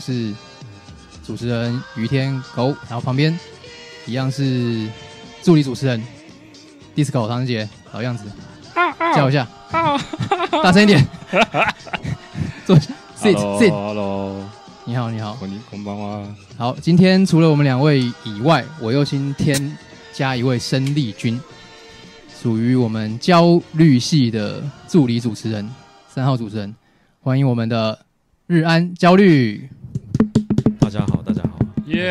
是主持人于天狗，然后旁边一样是助理主持人 Disco 唐人杰，老样子，叫一下，大声一点，坐下 ，sit， 你好，你好， こんばんは。 好，今天除了我们2位以外，我又新添加一位生力军，属于我们焦虑系的助理主持人，3号主持人，欢迎我们的日安焦虑。 大家好，大家好，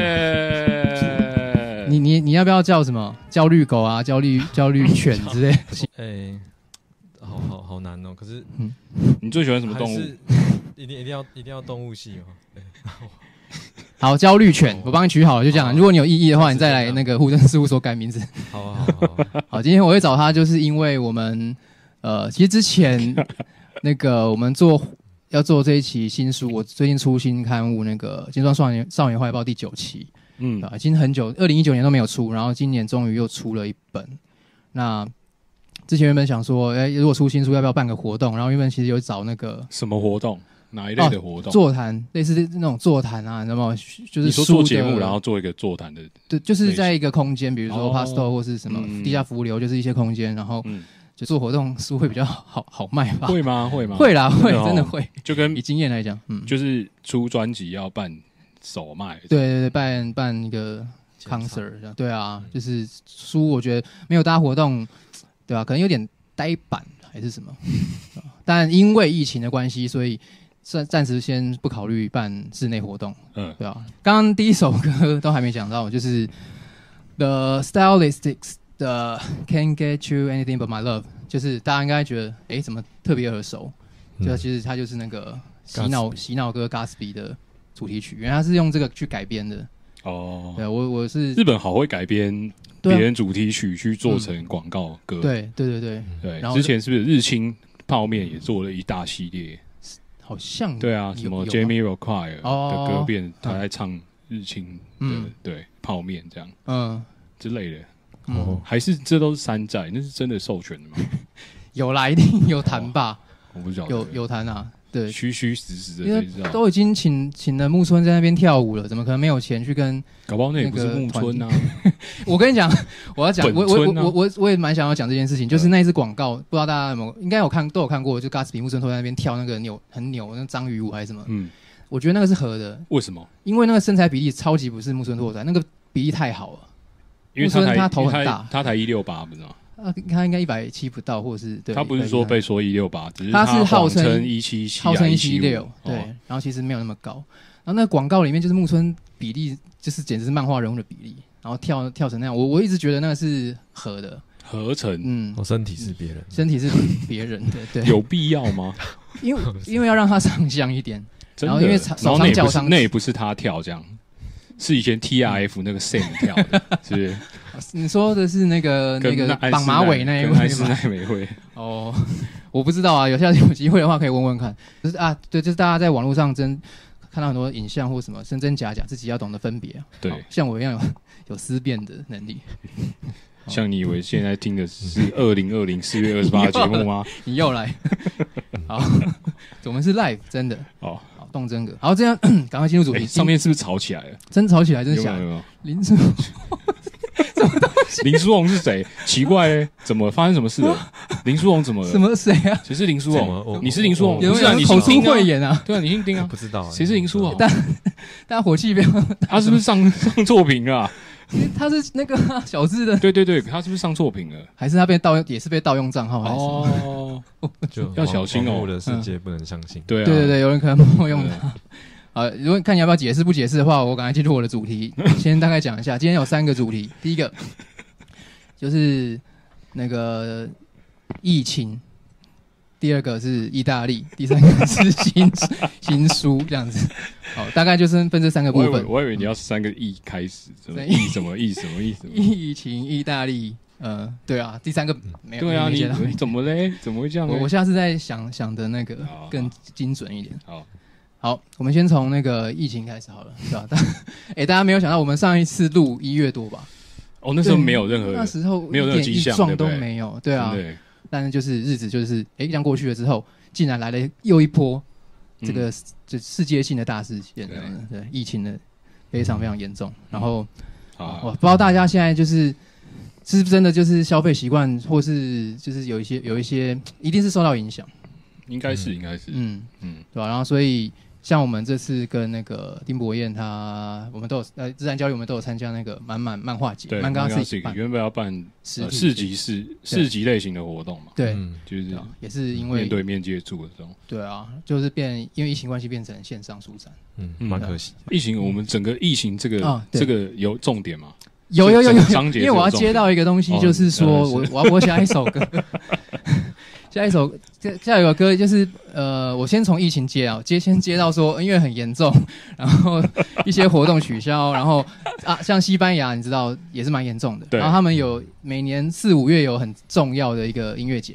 耶！ 你要不要叫什么焦虑狗啊、焦虑犬之类的？ 好难哦。可是， 你最喜欢什么动物？ 一定要动物系哦。 好，焦虑犬，我帮你取好了，就这样。如果你有异议的话，你再来那个户政事务所改名字。 好。 好，今天我会找他，就是因为我们其实之前那个我们要做这一期新书，我最近出新刊物那个《精装少年坏报》第9期，已经很久，2019年都没有出，然后今年终于又出了一本。那之前原本想说，如果出新书要不要办个活动？然后原本其实有找那个什么活动？哪一类的活动？ 座谈，类似那种座谈啊，你知道吗？就是你说做节目，然后做一个座谈的， 对，就是在一个空间，比如说 Pasto 或是什么地下浮流，就是一些空间，然后就做活动，书会比较好卖吧？ 会吗？ 会啦，会，真的会。 就跟以经验来讲， 就是出专辑要办首卖， 对，办一个 concert， 这样，对啊，就是书，我觉得没有大活动，对吧？可能有点呆板还是什么，但因为疫情的关系，所以暂时先不考虑办室内活动，对啊。刚刚第一首歌都还没讲到，就是 The Stylistics 的 Can't Get You Anything But My Love， 就是大家应该觉得，怎么特别耳熟？就其实它就是那个洗脑歌 Gatsby 的主题曲，原来它是用这个去改编的。哦，对，我是日本好会改编别人主题曲去做成广告歌。 对。 然后之前是不是日清泡面也做了一大系列？ 好像对啊，什么 Jamiroquai 的歌变他在唱日清的对泡面这样之类的。还是这都是山寨？那是真的授权的吗？ 有啦，一定有谈吧？ 我不晓得， 有谈啊。对， 虚实的， 因为都已经请了木村在那边跳舞了，怎么可能没有钱去跟？ 搞不好那也不是木村啊！ 我跟你讲，我要讲，我也蛮想要讲这件事情，就是那一支广告，不知道大家有没有，应该都有看过，就 Gatsby 木村拓在那边跳那个很扭那章鱼舞还是什么？我觉得那个是合的。 为什么？ 因为那个身材比例超级不是木村拓哉，那个比例太好了。 因为他头很大， 他才168，不知道。 他应该170不到，或者是对。 他不是说被说168，只是他是号称 177， 号称176，对。然后其实没有那么高。然后那个广告里面就是木村比例，就是简直是漫画人物的比例，然后跳成那样。我一直觉得那个是合的， 合成。 我身体是别人， 身体是别人的，对。 有必要吗？ 因为要让他上相一点，然后因为少上脚上， 那也不是他跳这样。是以前 TRF 那个 Sam 跳的，是不是？ 你说的是那个绑马尾那一位吗？ 艾斯奈美惠。 哦，我不知道啊，下次有机会的话可以问问看。就是对，就是大家在网络上看到很多影像或什么真假，自己要懂得分别。 对，像我一样有思辨的能力。 像你以为现在听的是2020 4月28的节目吗？ 你又来。好，我们是 live， 真的。 好， 动真格。好，这样赶快进入主题。 上面是不是吵起来了？ 真吵起来，真假的？ 有。 林书宏，什么东西？ 林书宏是谁？奇怪嘞，怎么发生什么事了？林书宏怎么了？ 什么谁啊？ 谁是林书宏？你是林书宏？ 不是啊，你口出秽言啊？ 对啊，你姓丁啊？ 不知道谁是林书宏？ 大家火气不要。 他是不是上错屏了？ 他是那个小智的， 对，他是不是上错屏了？ 还是他也是被盗用账号？ 哦，就要小心哦。 网络的世界不能相信。 对， 有人可能冒用他。如果看你要不要解释，不解释的话，我赶快进入我的主题。先大概讲一下，今天有3个主题。第一个就是那个疫情，第2个是意大利，第3个是新书这样子。好，大概就是分这3个部分。 我以为你要3个亿开始，什么意什么意？ 疫情、意大利，对啊，第3个没有。 对啊，你怎么嘞？怎么会这样？ 我下次再想的那个更精准一点。 好， 我们先从那个疫情开始好了，是吧？大家没有想到，我们上一次录1月多吧？ 那时候没有任何， 那时候没有任何迹象， 状都没有，对啊。但是就是日子就是这样过去了之后，竟然来了又一波这个就世界性的大事件，对疫情的非常非常严重。然后我不知道大家现在是不是真的就是消费习惯，或是就是有一些一定是受到影响， 应该是， 对吧？然后所以像我们这次跟那个丁博彦我们都有自然交流，我们都有参加那个满满漫画节，漫画节原本要办市集类型的活动嘛， 对， 就是也是因为面对面接触的这种， 对啊，就是因为疫情关系变成线上书展， 蛮可惜。 疫情我们整个疫情这个有重点吗？ 有，因为我要接到一个东西，就是说我要播下一首歌。下一首歌就是我先从疫情先接到说因为很严重，然后一些活动取消，然后像西班牙你知道也是蛮严重的，然后他们有每年4、5月有很重要的一个音乐节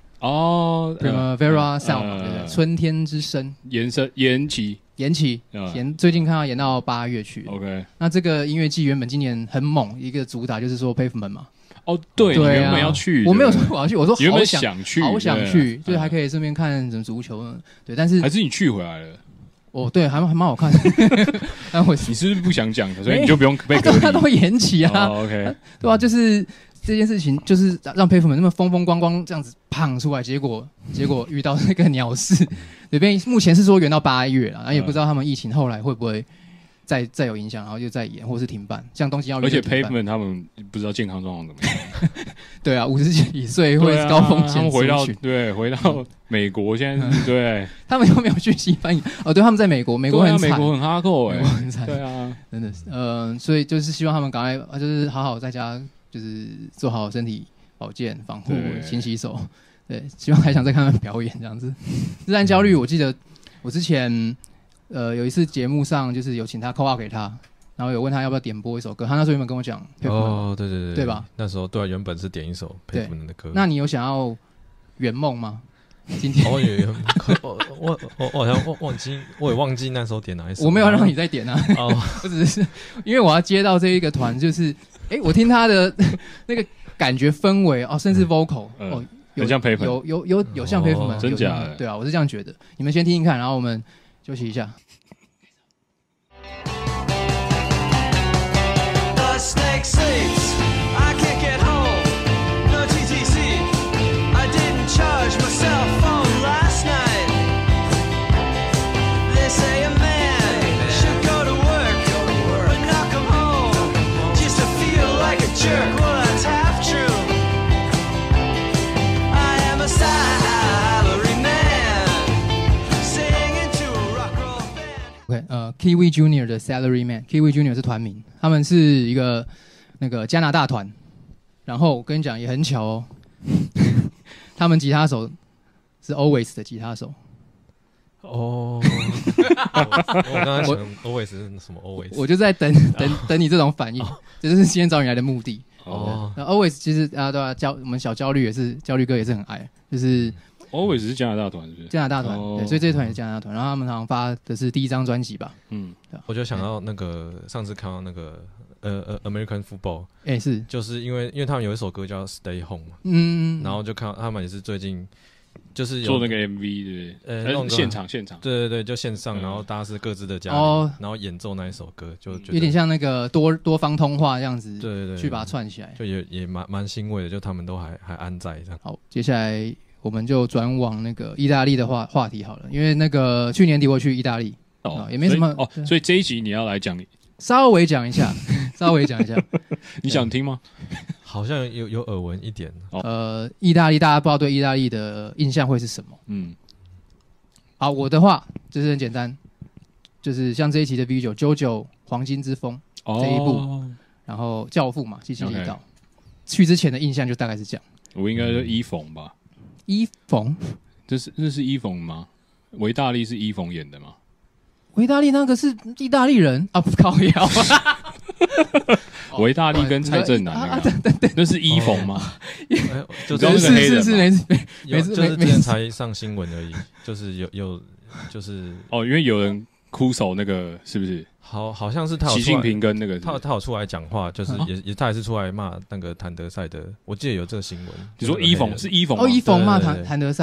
Primavera Sound 对春天之声，延期，最近看到延到8月去。 OK， 那这个音乐季原本今年很猛，一个主打就是说 Pavement 嘛。 对，你原本要去， 我没有说我要去，我说好想去， 就还可以顺便看什么足球呢？对，但是还是你去回来了。 对，还蛮好看的。 你是不是不想讲的，所以你就不用被隔离？ 他都会延期啊。 OK， 对吧？就是这件事情，就是让 Pavement 那么风光光这样子胖出来，结果遇到那个鸟事。对，目前是说延到8月了，然后也不知道他们疫情后来会不会再有影响，然后就再延或是停办，像东京奥运。 而且 Pavement 他们不知道健康状况怎么样。 对啊，50几岁会高风险。 他们回到美国，现在对， 他们又没有去西班牙对，他们在美国很惨， 美国很哈扣很惨， 对啊， 真的是所以就是希望他们赶快就是好好在家，就是做好身体保健防护，勤洗手。对，希望还想再看他们表演这样子。自然焦虑，我记得我之前。有一次节目上就是有请他 call out 给他，然后有问他要不要点播一首歌，他那时候原本跟我讲对吧？ 那时候对，原本是点一首 Pavement 的歌。 那你有想要圆梦吗？今天我好像我也忘记那时候点哪一首。 我没有让你再点啊，我只是因为我要接到这一个团，就是我听他的那个感觉氛围甚至 vocal 有像 Pavement， 有像 Pavement， 真假的？ 对啊，我是这样觉得。你们先听听看，然后我们休息一下。Kiwi Junior 的 Salary Man，Kiwi Junior 是团名，他们是一个那个加拿大团，然后我跟你讲也很巧他们吉他手是 Always 的吉他手。 我刚才想 Always 是什么 Always？ 我就在等你这种反应，这就是今天找你来的目的。那 Always 其实对啊，我们小焦虑哥也是很爱，就是。 Always 是加拿大团，是不是？ 加拿大团，对，所以这一团也是加拿大团。然后他们好像发的是第1张专辑吧？ 我就想到那个上次看到那个American Football， 是， 就是因为他们有一首歌叫 Stay Home 嘛，然后就看到他们也是最近就是有做那个 MV 对，现场， 对，就线上，然后大家是各自的家里，然后演奏那一首歌，就有点像那个多方通话这样子， 对， 去把它串起来， 就也蛮欣慰的，就他们都还安在这样。 好，接下来。我们就转往那个意大利的话题好了，因为那个去年底我去意大利也没什么所以这一集你要来讲， 稍微讲一下， 你想听吗？ 好像有耳闻一点。 意大利大家不知道对意大利的印象会是什么？我的话就是很简单，就是像这一期的 V9 JoJo 黄金之风这一部，然后教父嘛，西西里岛。去之前的印象就大概是这样。 我应该是伊冯吧。 伊冯， 那是伊冯吗？维大利是伊冯演的吗？ 维大利那个是意大利人啊，不靠腰。 维大利跟蔡正南那是伊冯吗？ 就知道那个黑人吗？ 就是之前才上新闻而已，就是有就是因为有人哭手那个是不是？ 好像是他有习近平跟那个他有出来讲话，就是他也是出来骂那个谭德赛的，我记得有这个新闻。 你说伊冯是伊冯吗？ 伊冯骂谭德赛，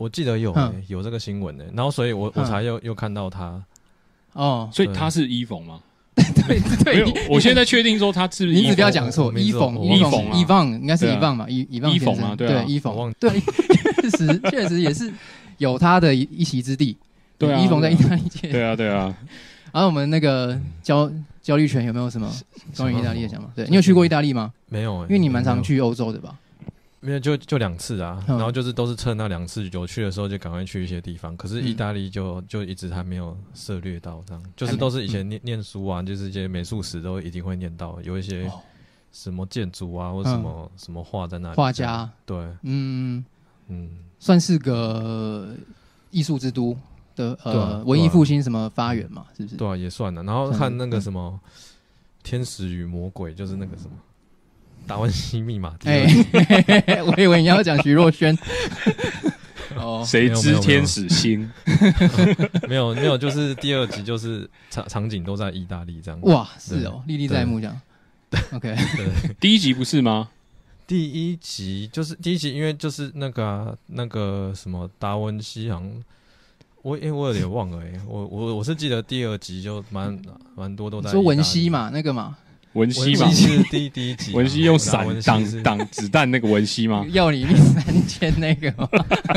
我记得有这个新闻然后所以我才又看到他所以他是伊冯吗？ 对， 我现在确定说他是名字不要讲错，伊冯应该是伊冯嘛，伊冯啊， 对伊冯，对，确实也是有他的一席之地。对啊，伊冯在意大利界。 对啊。 然后我们那个焦虑权有没有什么关于意大利的想法？对，你有去过意大利吗？ 没有， 因为你蛮常去欧洲的吧？ 没有，就2次啊，然后就是都是趁那2次有去的时候就赶快去一些地方。可是意大利就一直还没有涉猎到，这样就是都是以前念书啊，就是一些美术史都一定会念到，有一些什么建筑啊，或什么画在那里， 画家， 对， 算是个艺术之都的文艺复兴什么发源嘛，是不是？ 对啊，也算了。然后看那个什么《天使与魔鬼》，就是那个什么。达文西密码我以为你要讲徐若瑄。 谁知天使心？ 没有，就是第2集就是场景都在意大利这样。 哇，是历历在目这样。OK， 第1集不是吗？ 第1集就是第1集，因为就是那个什么达文西好像。我有点忘了我是记得第2集就蛮多都在。 说文西嘛，那个嘛。 文西嘛， 是第1集。 文西用伞挡子弹那个文西吗？ 要你命3000那个吗？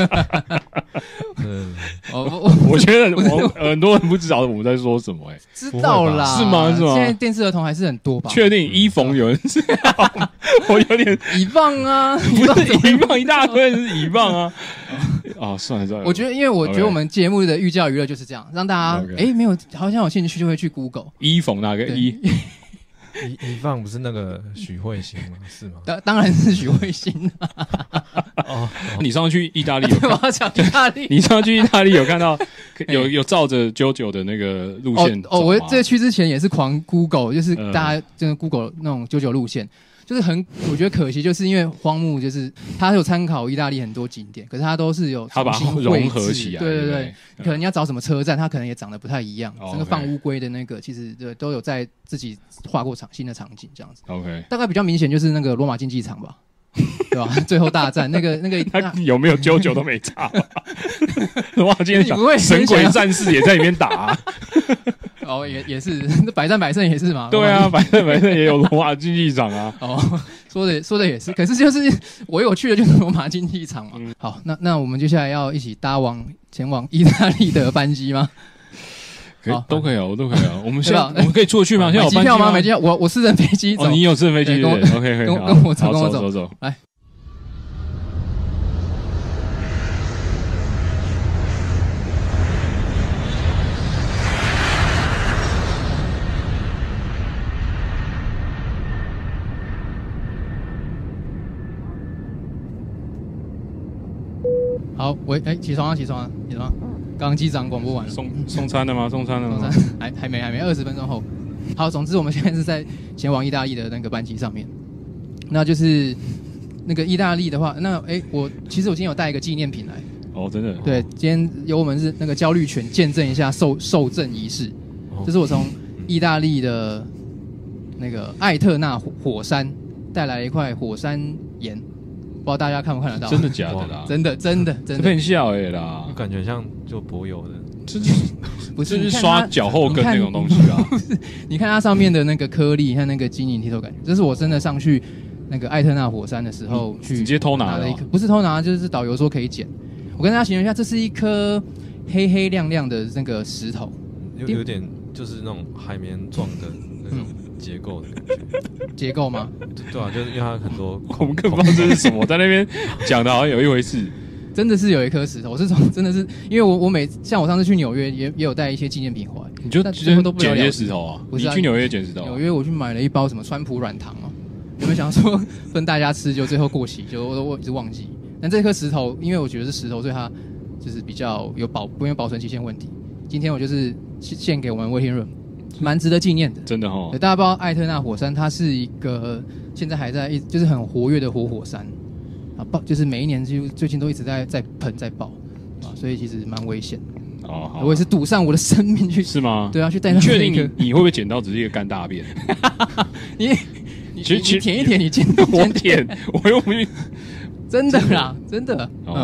我觉得很多人不知道我们在说什么知道啦， 是吗？ 现在电视儿童还是很多吧？ 确定伊冯有人知道？我有点遗忘啊， 不是遗忘一大堆是遗忘啊。算了。 我觉得，因为我觉得我们节目的寓教于乐就是这样，让大家没有好像有兴趣就会去 Google 伊冯哪个伊。 遗忘不是那个许慧欣吗？是吗？ 当然是许慧欣你上次去意大利我要讲意大利。 你上次去意大利有看到有照着JoJo的那个路线走吗？ 我这去之前也是狂 Google， 就是大家真的 Google 那种JoJo路线。就是我觉得可惜，就是因为荒木就是他有参考意大利很多景点，可是他都是有他把它融合起来， 对，可能你要找什么车站，他可能也长得不太一样。那个放乌龟的那个，其实都有在自己画过新的场景这样子。 OK， 大概比较明显就是那个罗马竞技场吧，对吧？最后大战那个他有没有JoJo都没差吧？罗马竞技场神鬼战士也在里面打。 也是百战百胜也是嘛。 对啊，百战百胜也有罗马竞技场啊。 说的也是，可是就是我有去的就是罗马竞技场嘛。好，那我们接下来要一起前往意大利的班机吗？ 都可以啊，我都可以啊。我们可以出去吗？现在有机票吗？没机票，我私人飞机走。 你有私人飞机？OK， 跟我走，来。好，起床啊！刚刚机长广播完了， 送餐了吗？ 还没，20分钟后。好，总之我们现在是在前往意大利的那个班机上面。那就是那个意大利的话，我今天有带一个纪念品来。 真的。 对，今天由我们是那个焦虑犬见证一下受赠仪式。这是我从意大利的那个艾特纳火山带来了一块火山岩。不知道大家看不看得到？ 真的假的啦？ 真的， 骗笑啦！ 我感觉像就柏油的， 不是刷脚后跟那种东西啊。 你看它上面的那个颗粒，和那个晶莹剔透感觉，这是我真的上去那个艾特纳火山的时候去直接偷拿了一颗，不是偷拿，就是导游说可以捡。我跟大家形容一下，这是一颗黑黑亮亮的那个石头， 有点就是那种海绵状的那种。结构的感觉， 结构吗？ 对啊，就是因为它很多， 我们更不知道这是什么，在那边讲的好像有一回事。 真的是有一颗石头，我是从真的是，因为我像我上次去纽约也有带一些纪念品回来， 你就最后都捡一些石头啊？你去纽约捡石头？ 纽约我去买了一包什么川普软糖哦，有没有想说分大家吃，就最后过期，就我一直忘记。但这颗石头，因为我觉得是石头，所以它就是比较不用保存期限问题。今天我就是献给我们威天润。蛮值得纪念的， 真的哦。 大家不知道艾特纳火山，它是一个现在还在就是很活跃的活山啊，就是每一年最近都一直在喷在爆啊，所以其实蛮危险的。好，我也是赌上我的生命去。 是吗？ 对啊，去带上。 你确定你会不会捡到只是一个干大便？ 你舔一舔，你捡我舔，我又不去。 真的啦，真的。 好了，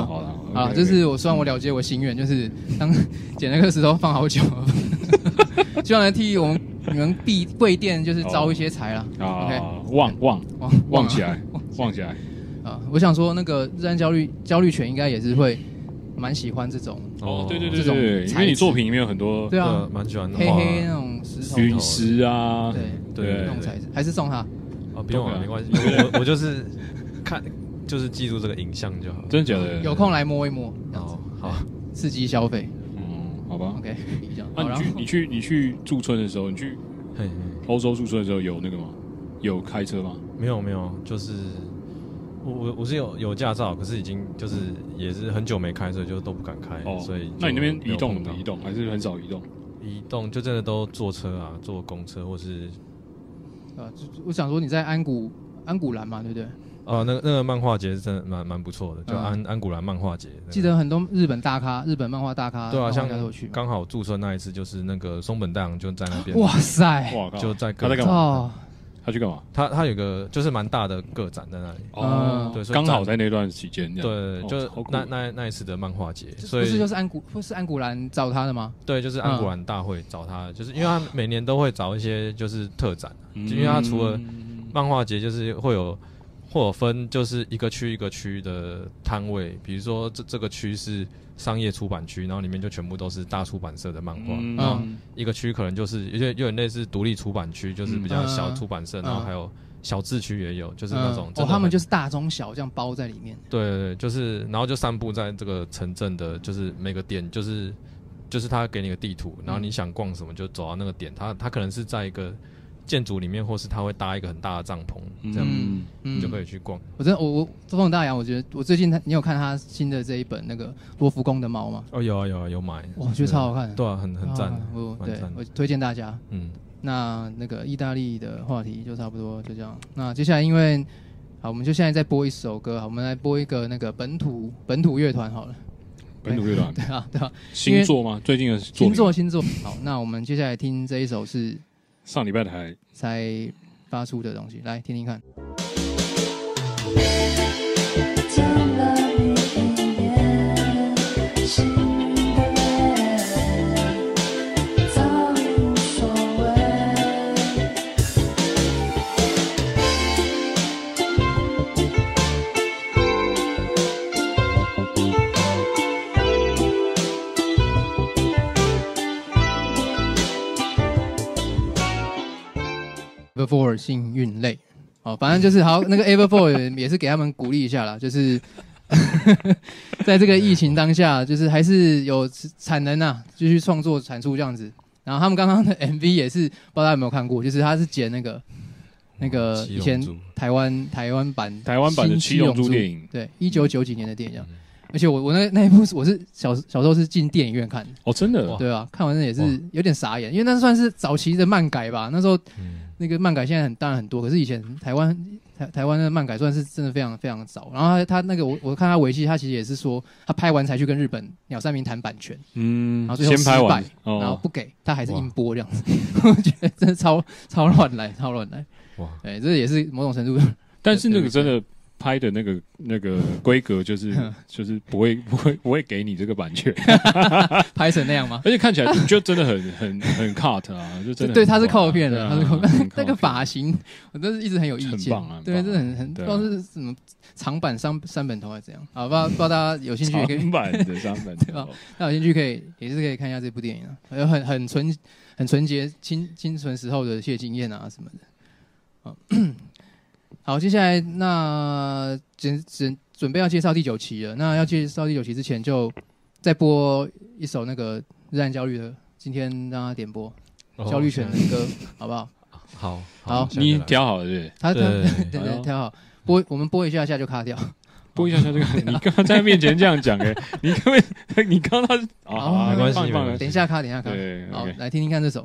啊，这是我希望我了结我心愿，就是当捡那个石头放好久，希望能替你们贵店就是招一些财啦。 啊，旺起来，旺起来。 啊，我想说那个日安焦虑犬应该也是会蛮喜欢这种对，因为你作品里面有很多对啊， 蛮喜欢黑黑那种石头陨石啊， 对那种材质，还是送他不用了，没关系，我就是看就是记住这个影像就好。 真的假的？ 有空来摸一摸， 好， 刺激消费。 好吧 ，OK。 你去驻村的时候，你去欧洲驻村的时候有那个吗？有开车吗？ 没有，就是我是有驾照，可是已经就是也是很久没开车，就都不敢开，所以那你那边移动还是很少移动？ 移动就真的都坐车啊，坐公车或是我想说你在安古兰嘛，对不对？ 那个漫画节是真的蛮不错的，就安古兰漫画节。 记得很多日本漫画大咖， 对啊，像刚好驻村那一次，就是那个松本大洋就在那边。 哇塞！ 就在他在干嘛？他去干嘛？ 他有个就是蛮大的个展在那里。对， 刚好在那段期间。 对，就是那一次的漫画节，所以不是安古兰找他的吗？ 对，就是安古兰大会找他，就是因为他每年都会找一些就是特展，因为他除了漫画节，就是会有分就是一个区一个区的摊位，比如说这个区是商业出版区，然后里面就全部都是大出版社的漫画，然后一个区可能就是有点类似独立出版区，就是比较小出版社，然后还有小字区也有，就是那种他们就是大中小这样包在里面。 对，就是然后就散布在这个城镇的，就是每个点就是他给你个地图，然后你想逛什么就走到那个点，他可能是在一个建筑里面，或是他会搭一个很大的帐篷，这样你就可以去逛。 我松本大洋，我觉得我最近你有看他新的这一本那个罗浮宫的猫吗？ 有买， 我觉得超好看， 对啊，很赞， 对，我推荐大家。那个意大利的话题就差不多就这样。那接下来我们就现在再播一首歌，好，我们来播一个那个本土乐团好了。 本土乐团， 对啊， 新作吗？最近的新作。好，那我们接下来听这一首是上礼拜才发出的东西，来听听看。Everfour 幸运类，反正就是好，那个 Everfour 也是给他们鼓励一下啦，就是在这个疫情当下，就是还是有产能啊，继续创作产出这样子。然后他们刚刚的 MV 也是，不知道大家有没有看过，就是他是剪那个以前台湾版的七龙珠电影， 对，1990几年的电影这样。而且我那一部我是小时候是进电影院看的哦，真的， 对啊，看完也是有点傻眼，因为那算是早期的漫改吧，那时候。那个漫改现在当然很多，可是以前台湾的漫改算是真的非常非常早。然后他那个我看他维基，他其实也是说他拍完才去跟日本鸟山明谈版权，然后最后失败，然后不给他还是硬播这样子。我觉得真的超乱来，哇！对，这也是某种程度。 但是那个真的。拍的那个规格就是不会给你这个版权， 拍成那样吗？ 而且看起来就真的很 cut 啊，就真的对，他是靠片的，他是靠片。那个发型我都是一直很有意见， 很棒啊， 对，真的很不知道是什么长版三本头还是怎样，好，不知道大家有兴趣也可以长版的三本头， 对吧？那有兴趣也是可以看一下这部电影啊，有很纯洁清纯时候的谢金燕啊什么的，好，接下来那准备要介绍第9期了。那要介绍第9期之前，就再播一首那个日安焦虑的，今天让他点播焦虑犬的歌，好不好？ 好， 你调好了对不对？ 他对调好，我们播一下就卡掉。 播一下这个，你刚刚在他面前这样讲你刚刚没关系， 等一下卡， 对， 好，来听听看这首。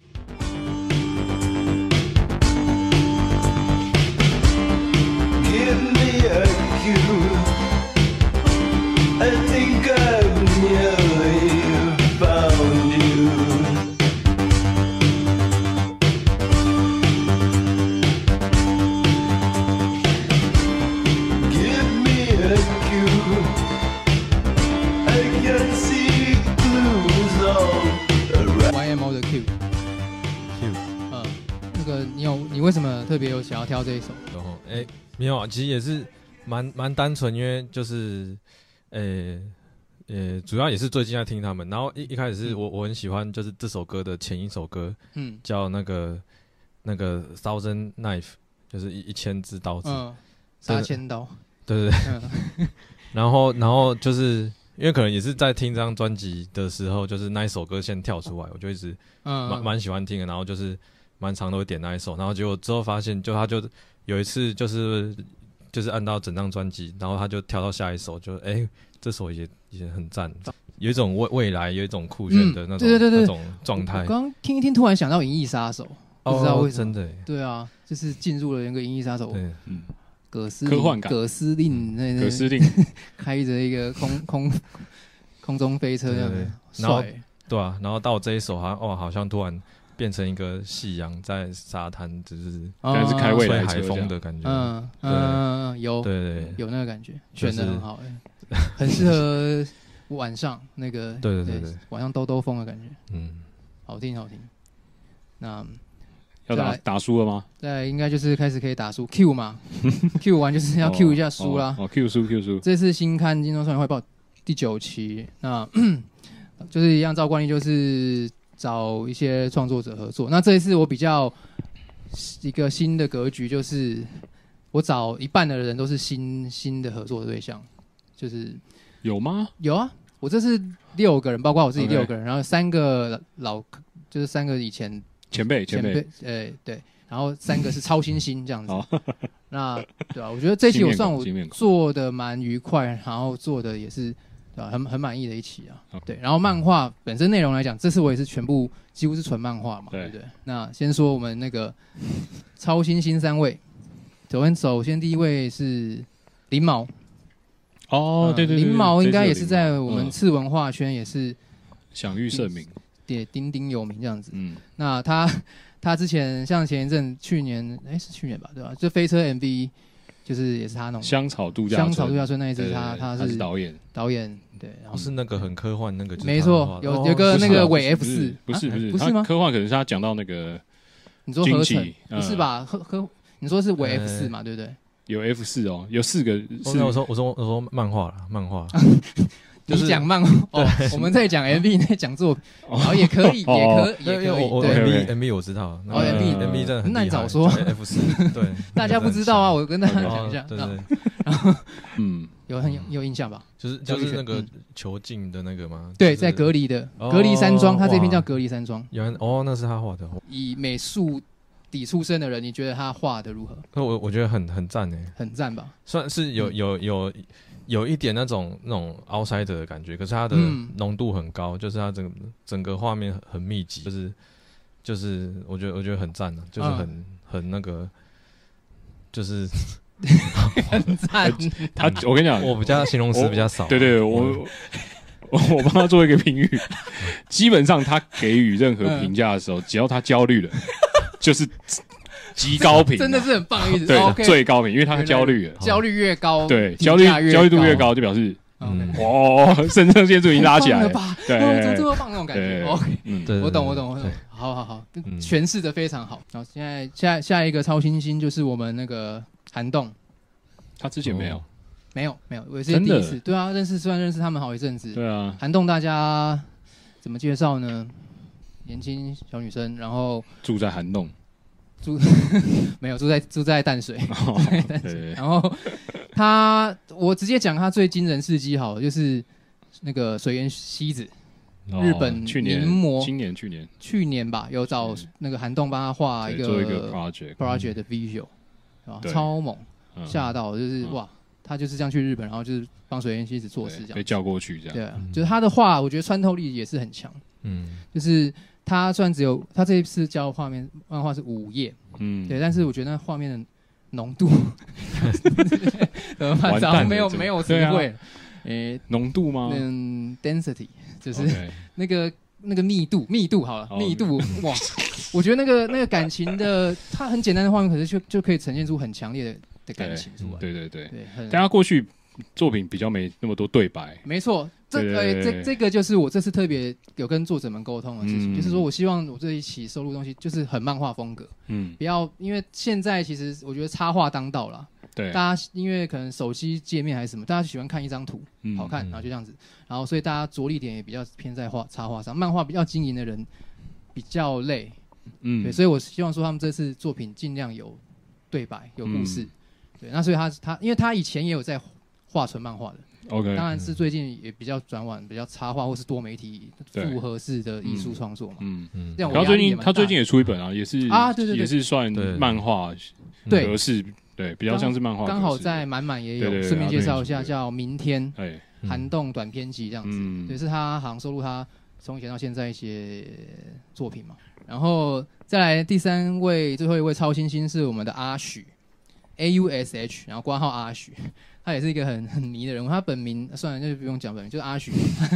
I think I've nearly found you. Give me a cue. 特别有想要挑这一首？ 然后没有啊，其实也是蛮单纯，因为就是主要也是最近在听他们，然后一开始是我很喜欢，就是这首歌的前一首歌，叫那个 Thousand Knife， 就是1000支刀子 ，8000刀， 对，然后就是因为可能也是在听这张专辑的时候，就是那一首歌先跳出来，我就一直蛮喜欢听的，然后就是蛮常都会点那一首，然后结果之后发现，他就有一次就是按到整张专辑，然后他就跳到下一首，就这首也很赞，有一种未来，有一种酷炫的那种那种状态。 刚刚听一听，突然想到《银翼杀手》，不知道为什么。 真的。对啊，就是进入了那个《银翼杀手》。对， 科幻感。 葛司令开着一个空中飞车这样子，帅。 对啊，然后到这一首好像突然变成一个夕阳在沙滩，只是开未来海风的感觉。 有对有那个感觉，选的很好很适合晚上那个对晚上兜风的感觉，好听。那要打输了吗？ 再应该就是开始可以打输 Q 嘛，Q 完就是要 Q 一下输啦。 Q 输。 这次新刊《金钟少年汇报》第9期，那就是一样照惯例，就是找一些创作者合作。那这一次我比较一个新的格局，就是我找一半的人都是新的合作对象，就是有吗？ 有啊，我这次6个人，包括我自己6个人，然后3个就是3个以前前辈，对，然后3个是超新星这样子。那对吧？我觉得这一期我做的蛮愉快，然后做的也是。对吧？很满意的一期啊。对，然后漫画本身内容来讲，这次我也是全部几乎是纯漫画嘛，对不对？那先说我们那个超新星3位，首先第一位是林毛。 对， 林毛应该也是在我们次文化圈也是享誉盛名， 对，鼎鼎有名这样子。那他之前像前一阵去年是去年吧，对吧？就飞车 MV。就是也是他弄香草度假村那一支，他是导演， 对，然后是那个很科幻那个， 没错，有个那个伪 F4， 不是吗？ 科幻可能是他讲到那个， 你说合成不是吧？你说是伪 F4嘛，对不对？ 有 F4哦，有4个。 我说漫画。 你讲漫画我们在讲 MV， 在讲作品，也可以，对 ，MV 我知道 ，MV 真的很难早说 F4，对， 大家不知道啊，我跟大家讲一下， 对， 然后有印象吧？ 就是那个囚禁的那个吗？ 对，在隔离山庄，他这篇叫隔离山庄。 那是他画的。 以美术底出身的人，你觉得他画的如何？ 我觉得很赞诶， 很赞吧？ 算是有一点那种 outsider 的感觉，可是它的浓度很高，就是它整个画面很密集，就是我觉得很赞的，就是很那个，就是很赞。 我跟你讲， 我比较形容词比较少。 对，我帮他做一个评语，基本上他给予任何评价的时候，只要他焦虑了，就是极高评， 真的是很棒的意思。 对，最高评，因为他焦虑了， 焦虑越高， 对，焦虑度越高，就表示肾上腺素已经拉起来了， 对，这么棒那种感觉。OK， 我懂，好，诠释的非常好。然后现在下一个超新星就是我们那个涵洞， 他之前没有， 我也是第一次，对啊，虽然认识他们好一阵子， 对啊， 涵洞大家怎么介绍呢？年轻小女生，然后住在涵洞。 没有住在淡水，然后我直接讲他最惊人事迹好了，就是那个水原希子，日本名模，去年吧，有找那个涵洞帮他画做一个 project 的 visual， 超猛，吓到就是哇，他就是这样去日本，然后就是帮水原希子做事，这样被叫过去这样， 对啊，就是他的画，我觉得穿透力也是很强，就是他虽然他这一次教漫画是5页，对，但是我觉得那画面的浓度，没有词汇， 浓度吗 ？density 就是那个密度好了，密度哇，我觉得那个感情的，它很简单的画面，可是就可以呈现出很强烈的感情出来。 对，但他过去作品比较没那么多对白， 没错， 这个就是我这次特别有跟作者们沟通的事情，就是说我希望我这一期收录的东西就是很漫画风格，不要因为现在其实我觉得插画当道啦，对，大家因为可能手机界面还是什么，大家喜欢看一张图好看，然后就这样子，然后所以大家着力点也比较偏在插画上，漫画比较经营的人比较累，对，所以我希望说他们这次作品尽量有对白有故事，对，那所以他因为他以前也有在画纯漫画的。 OK， 当然是最近也比较转往比较插画或是多媒体复合式的艺术创作嘛。这样他最近也出一本啊，也是对， 也是算漫画格式，对，比较像是漫画格式。 刚好在满满也有，顺便介绍一下，叫《明天》寒冻短篇集这样子，也是他好像收录他从以前到现在一些作品嘛。然后再来第三位，最后一位超新星是我们的阿许 ，AUSH， 然后括号阿许。他也是一个很迷的人物，他本名算了，就不用讲本名，就是阿许。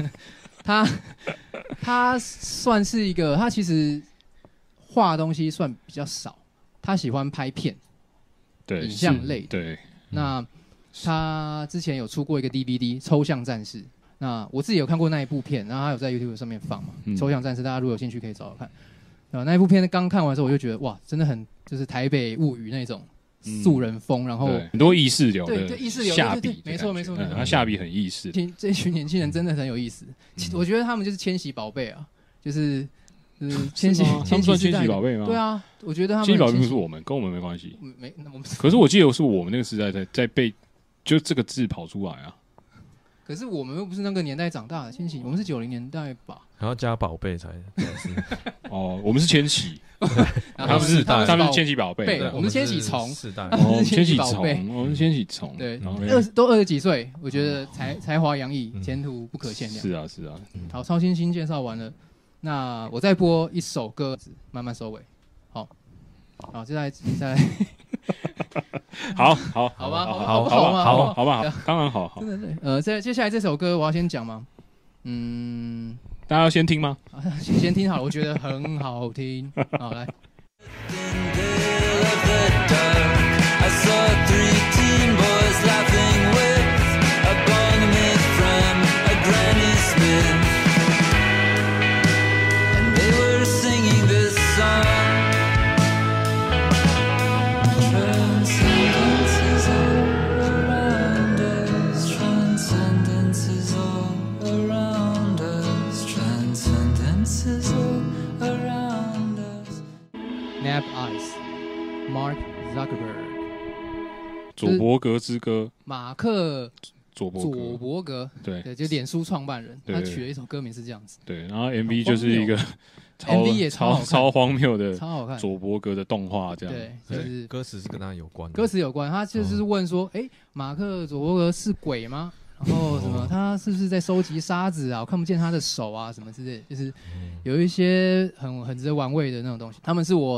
他算是一个，他其实画的东西算比较少，他喜欢拍片， 对， 影像类， 对。 那他之前有出过一个 DVD《抽象战士》，那我自己有看过那一部片，然后他有在 YouTube 上面放嘛，抽象战士》，大家如果有兴趣可以找找看。那一部片刚看完的时候，我就觉得哇，真的很就是台北物语那种。素人风，然后很多意识流的， 对意识流下笔， 没错， 他下笔很意识。 这群年轻人真的很有意思，我觉得他们就是千禧宝贝啊，就是千禧， 他们算千禧宝贝吗？ 对啊，我觉得他们千禧宝贝不是我们，跟我们没关系。 我们可是我记得是我们那个时代在被就这个字跑出来啊。 可是我们又不是那个年代长大的，千禧，我们是90年代吧？ 然后加宝贝才是。 哦，我们是千禧。 他们是千禧宝贝， 我们是千禧虫， 千禧虫，我们是千禧虫， 对，都20几岁，我觉得才华洋溢，前途不可限量。 是啊。 好，超新星介绍完了，那我再播一首歌，慢慢收尾。好，接下来， 好吧， 好吧，当然好。 接下来这首歌我要先讲吗？ 大家要先听吗？ 先听好了，我觉得很好听。好，来。Nap Eyes，Mark Zuckerberg， 佐伯格之歌， 马克佐伯格，对，就脸书创办人，他取了一首歌名是这样子。 对，然后 MV 就是一个 MV 也超荒谬的， 超好看， 佐伯格的动画这样。 对，就是歌词是跟他有关， 歌词有关，他就是问说，马克佐伯格是鬼吗？然后什么，他是不是在收集沙子啊？我看不见他的手啊，什么之类，就是有一些很值得玩味的那种东西。他们是我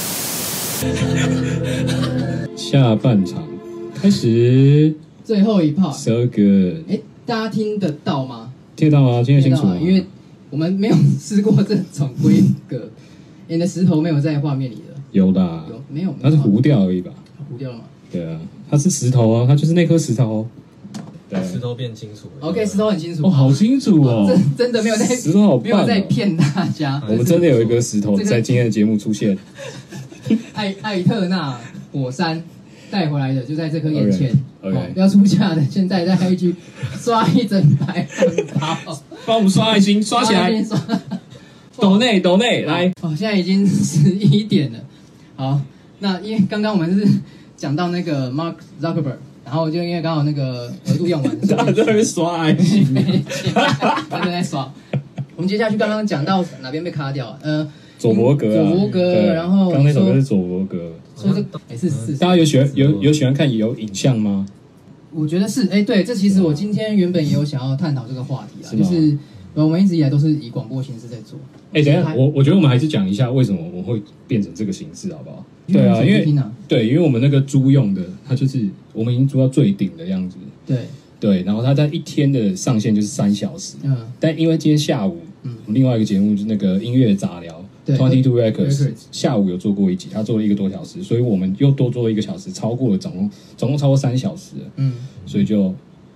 下半场开始， 最后一 part ，So good。 大家听得到吗？ 听得到吗？听得清楚吗？ 因为我们没有试过这种规格。你的石头没有在画面里的？ 有的， 没有？ 它是糊掉而已吧？ 糊掉了吗？ 对啊，它是石头啊，它就是那颗石头。 石头变清楚了 ，OK， 石头很清楚， 好清楚哦， 真的没有在石头好棒， 没有在骗大家。 我们真的有一个石头在今天的节目出现， 艾特纳火山带回来的，就在这颗眼前。要出价的，现在在 IG 刷一整排很好， 帮我们刷爱心，刷起来，抖内来。 现在已经11点了。好，那因为刚刚我们是讲到那个 Mark Zuckerberg。然后就因为刚好那个额度用完， 大家在那边刷爱心， 真的在刷。我们接下去刚刚讲到哪边被卡掉？ 佐伯格， 然后刚那首歌是佐伯格， 说这是大家有喜欢看有影像吗？ 我觉得是，对，这其实我今天原本也有想要探讨这个话题啊，就是我们一直以来都是以广播形式在做。 等一下，我觉得我们还是讲一下为什么我们会变成这个形式，好不好？对啊，因为我们那个租用的，它就是我们已经租到最顶的样子。对，然后它在一天的上限就是3小时。但因为今天下午，我们另外一个节目就是那个音乐杂聊，22 Records 下午有做过一集，他做了1个多小时，所以我们又多做了1个小时，超过了总共超过3小时了。所以就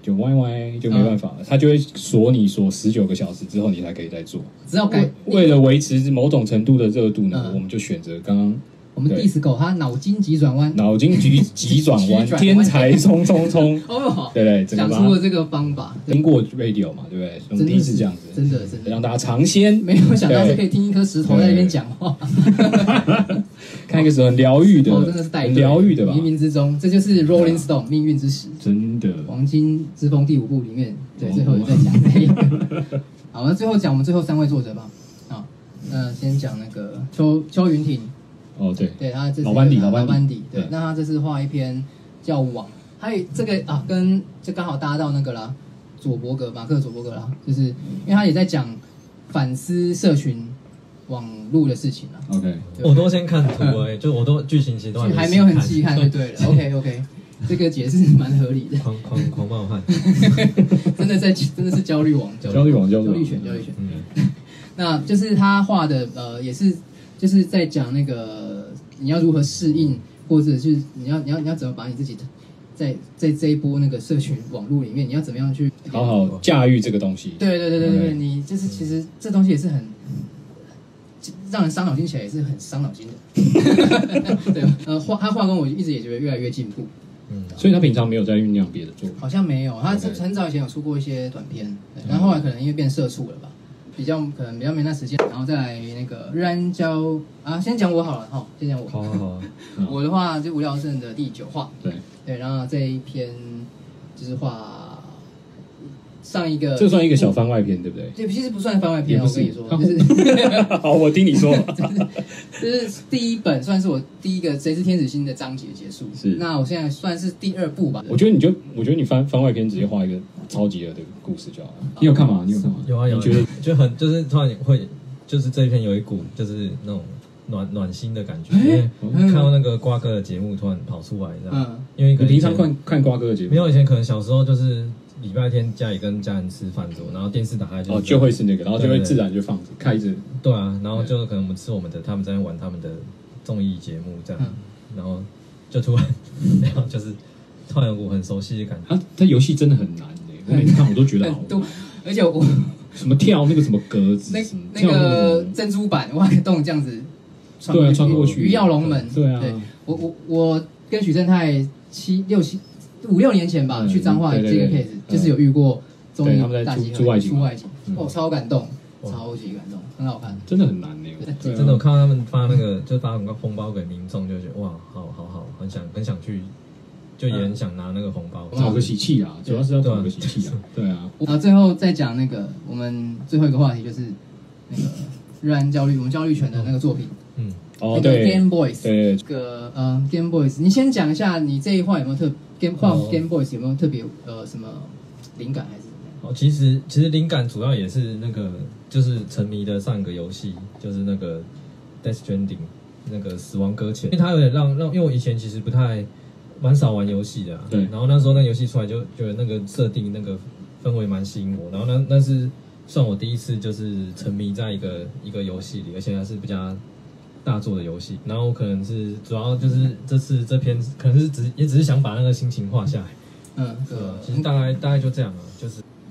就歪就没办法了，他就会锁19个小时之后你才可以再做。 只要改为了维持某种程度的热度呢，我们就选择刚刚我们 Disco 他脑筋急转弯， 急转弯，天才冲， 哦， 对， 讲出了这个方法。 听过 radio 嘛，对不对？我们第一次这样子， 真的让大家尝鲜。 没有想到是可以听一颗石头在那边讲话， 看一个是很疗愈的， 真的是带疗愈的吧？ 冥冥之中，这就是 Rolling Stone 命运之石， 真的。 黄金之风第5部里面，对，最后再讲这个。好，那最后讲我们最后3位作者吧。好，先讲那个邱云婷。 哦，对， 他这是老班底，对，那他这次画一篇叫《网》，还有这个跟就刚好搭到那个啦，马克佐伯格啦，就是因为他也在讲反思社群网络的事情啦。 OK， 我都先看图就我都剧情其实都还没有很细看就对了。OK， 这个解释蛮合理的。 狂暴汉， 真的是焦虑王，焦虑犬。那就是他画的也是就是在讲那个你要如何适应，或者是你要怎么把你自己在这一波那个社群网络里面，你要怎么样去好好驾驭这个东西？ 对，你就是其实这东西也是很让人伤脑筋起来，也是很伤脑筋的。对，他画工我一直也觉得越来越进步。 所以他平常没有在酝酿别的作品， 好像没有。他很早以前有出过一些短片，然后后来可能因为变社畜了吧。可能比较没那时间，然后再来那个日安交先讲我好了先讲我。好啊。我的话就无聊胜的第9话，对，然后这一篇就是画上一个， 这算一个小番外篇，对不对？ 对，其实不算番外篇，我跟你说，就是好，我听你说， 就是第一本算是我第一个《谁是天使心》的章节结束，是。那我现在算是第2部吧。我觉得你番外篇直接画一个超级的故事就好了。你有看吗？ 有啊，觉得就很就是突然会就是这一篇有一股就是那种暖心的感觉，因为看到那个瓜哥的节目突然跑出来这样，因为你平常看瓜哥的节目， 没有以前可能小时候就是礼拜天家里跟家人吃饭之后，然后电视打开就会是那个，然后就会自然就放着开着， 对啊，然后就可能我们吃我们的，他们在玩他们的综艺节目这样，然后就突然然后就是突然有股很熟悉的感觉。 他游戏真的很难我每次看我都觉得好多，而且我什么跳那个什么格子， 那个珍珠板挖个洞这样子， 对，穿过去鱼跃龙门， 对啊。 我跟许正泰5、6年前吧去彰化这个 case， 就是有遇过综艺大集合出外景，超感动，超级感动，很好看， 真的很难真的我看到他们发那个就发红包给民众，就觉得哇，好，很想去。就也很想拿那个红包， 讨个喜气啊，主要是要讨个喜气啊，对啊。 然后最后再讲那个我们最后一个话题，就是那个日安焦虑，我们焦虑犬的那个作品， 对 ，Game Boys， 对， 这个Game Boys， 你先讲一下你这一话有没有画 Game Boys 有没有特别什么灵感还是怎么样？ 其实灵感主要也是那个就是沉迷的上一个游戏，就是那个 Death Stranding 那个死亡搁浅，因为它有点让，因为我以前其实蛮少玩游戏的，对。然后那时候那游戏出来就觉得那个设定那个氛围蛮吸引我，然后那是算我第一次就是沉迷在一个游戏里，而且还是比较大作的游戏。然后可能是主要就是这次这篇可能是只是想把那个心情画下来，其实大概就这样了，就是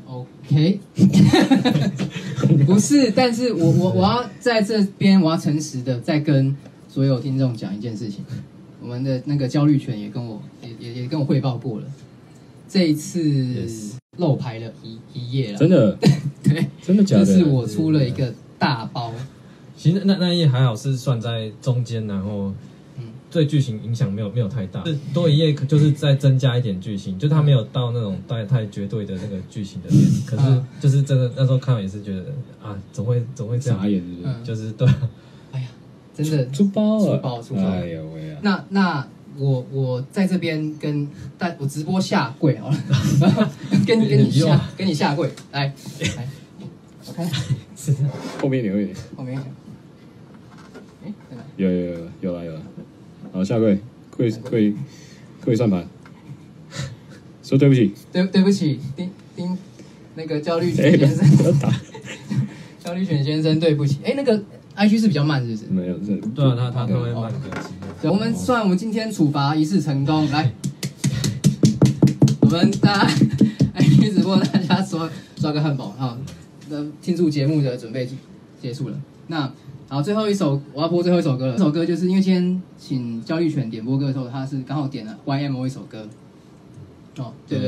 OK， 不是，但是我要在这边我要诚实的再跟所有听众讲一件事情。我们的那个焦虑犬也跟我汇报过了，这一次漏排了一页了， 真的， 对， 真的假的？ 就是我出了一个大包， 其实那一页还好是算在中间，然后对剧情影响没有太大，是多一页就是再增加一点剧情，就它没有到那种太绝对的那个剧情的点，可是就是真的那时候看到也是觉得啊，怎么会这样？ 傻眼是不是？ 就是对。 真的出包了， 哎呦喂啊！那我在这边我直播下跪好了，跟你下跪，来， 后面一点， 后面有了，好下跪算盘，说对不起， 对不起，丁那个焦虑犬先生，焦虑犬先生对不起，那个。IG 是比较慢，是不是？ 没有， 对啊，他会慢更新。 对，我们今天处罚仪式成功，来，我们大家续直播，大家刷个汉堡啊！庆祝节目的准备结束了。那好，最后一首我要播最后一首歌了。这首歌就是因为今天请焦立权点播歌的时候，他是刚好点了 YMO 一首歌。哦，对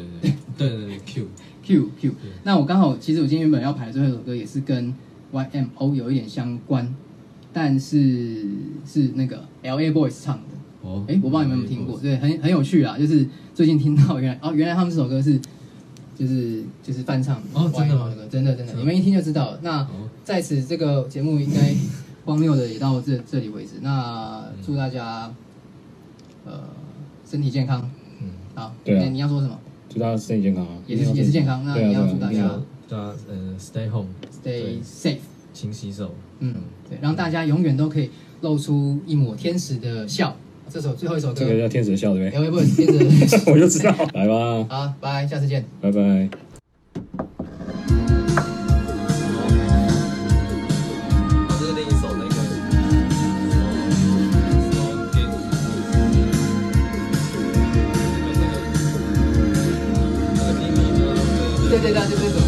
Q。那我刚好，其实我今天原本要排的最后一首歌也是跟 YMO 有一点相关，但是那个 LA Boys 唱的。哦，我不知道你们有没有听过，对，很有趣啦。就是最近听到原来他们这首歌是就是翻唱的。 哦，真的吗？ 真的，你们一听就知道了。那在此这个节目应该荒谬的也到这里为止。那祝大家身体健康。好，对啊，你要说什么？ 祝大家身体健康啊， 也是健康。那你要祝大家 stay home，stay safe， 勤洗手。 对，让大家永远都可以露出一抹天使的笑。这首最后一首歌， 这个叫天使的笑，对不对？ 不是天使的， 我就知道。来吧， 好，拜，下次见， 拜拜。 这是另一首那个。 对，就是这首。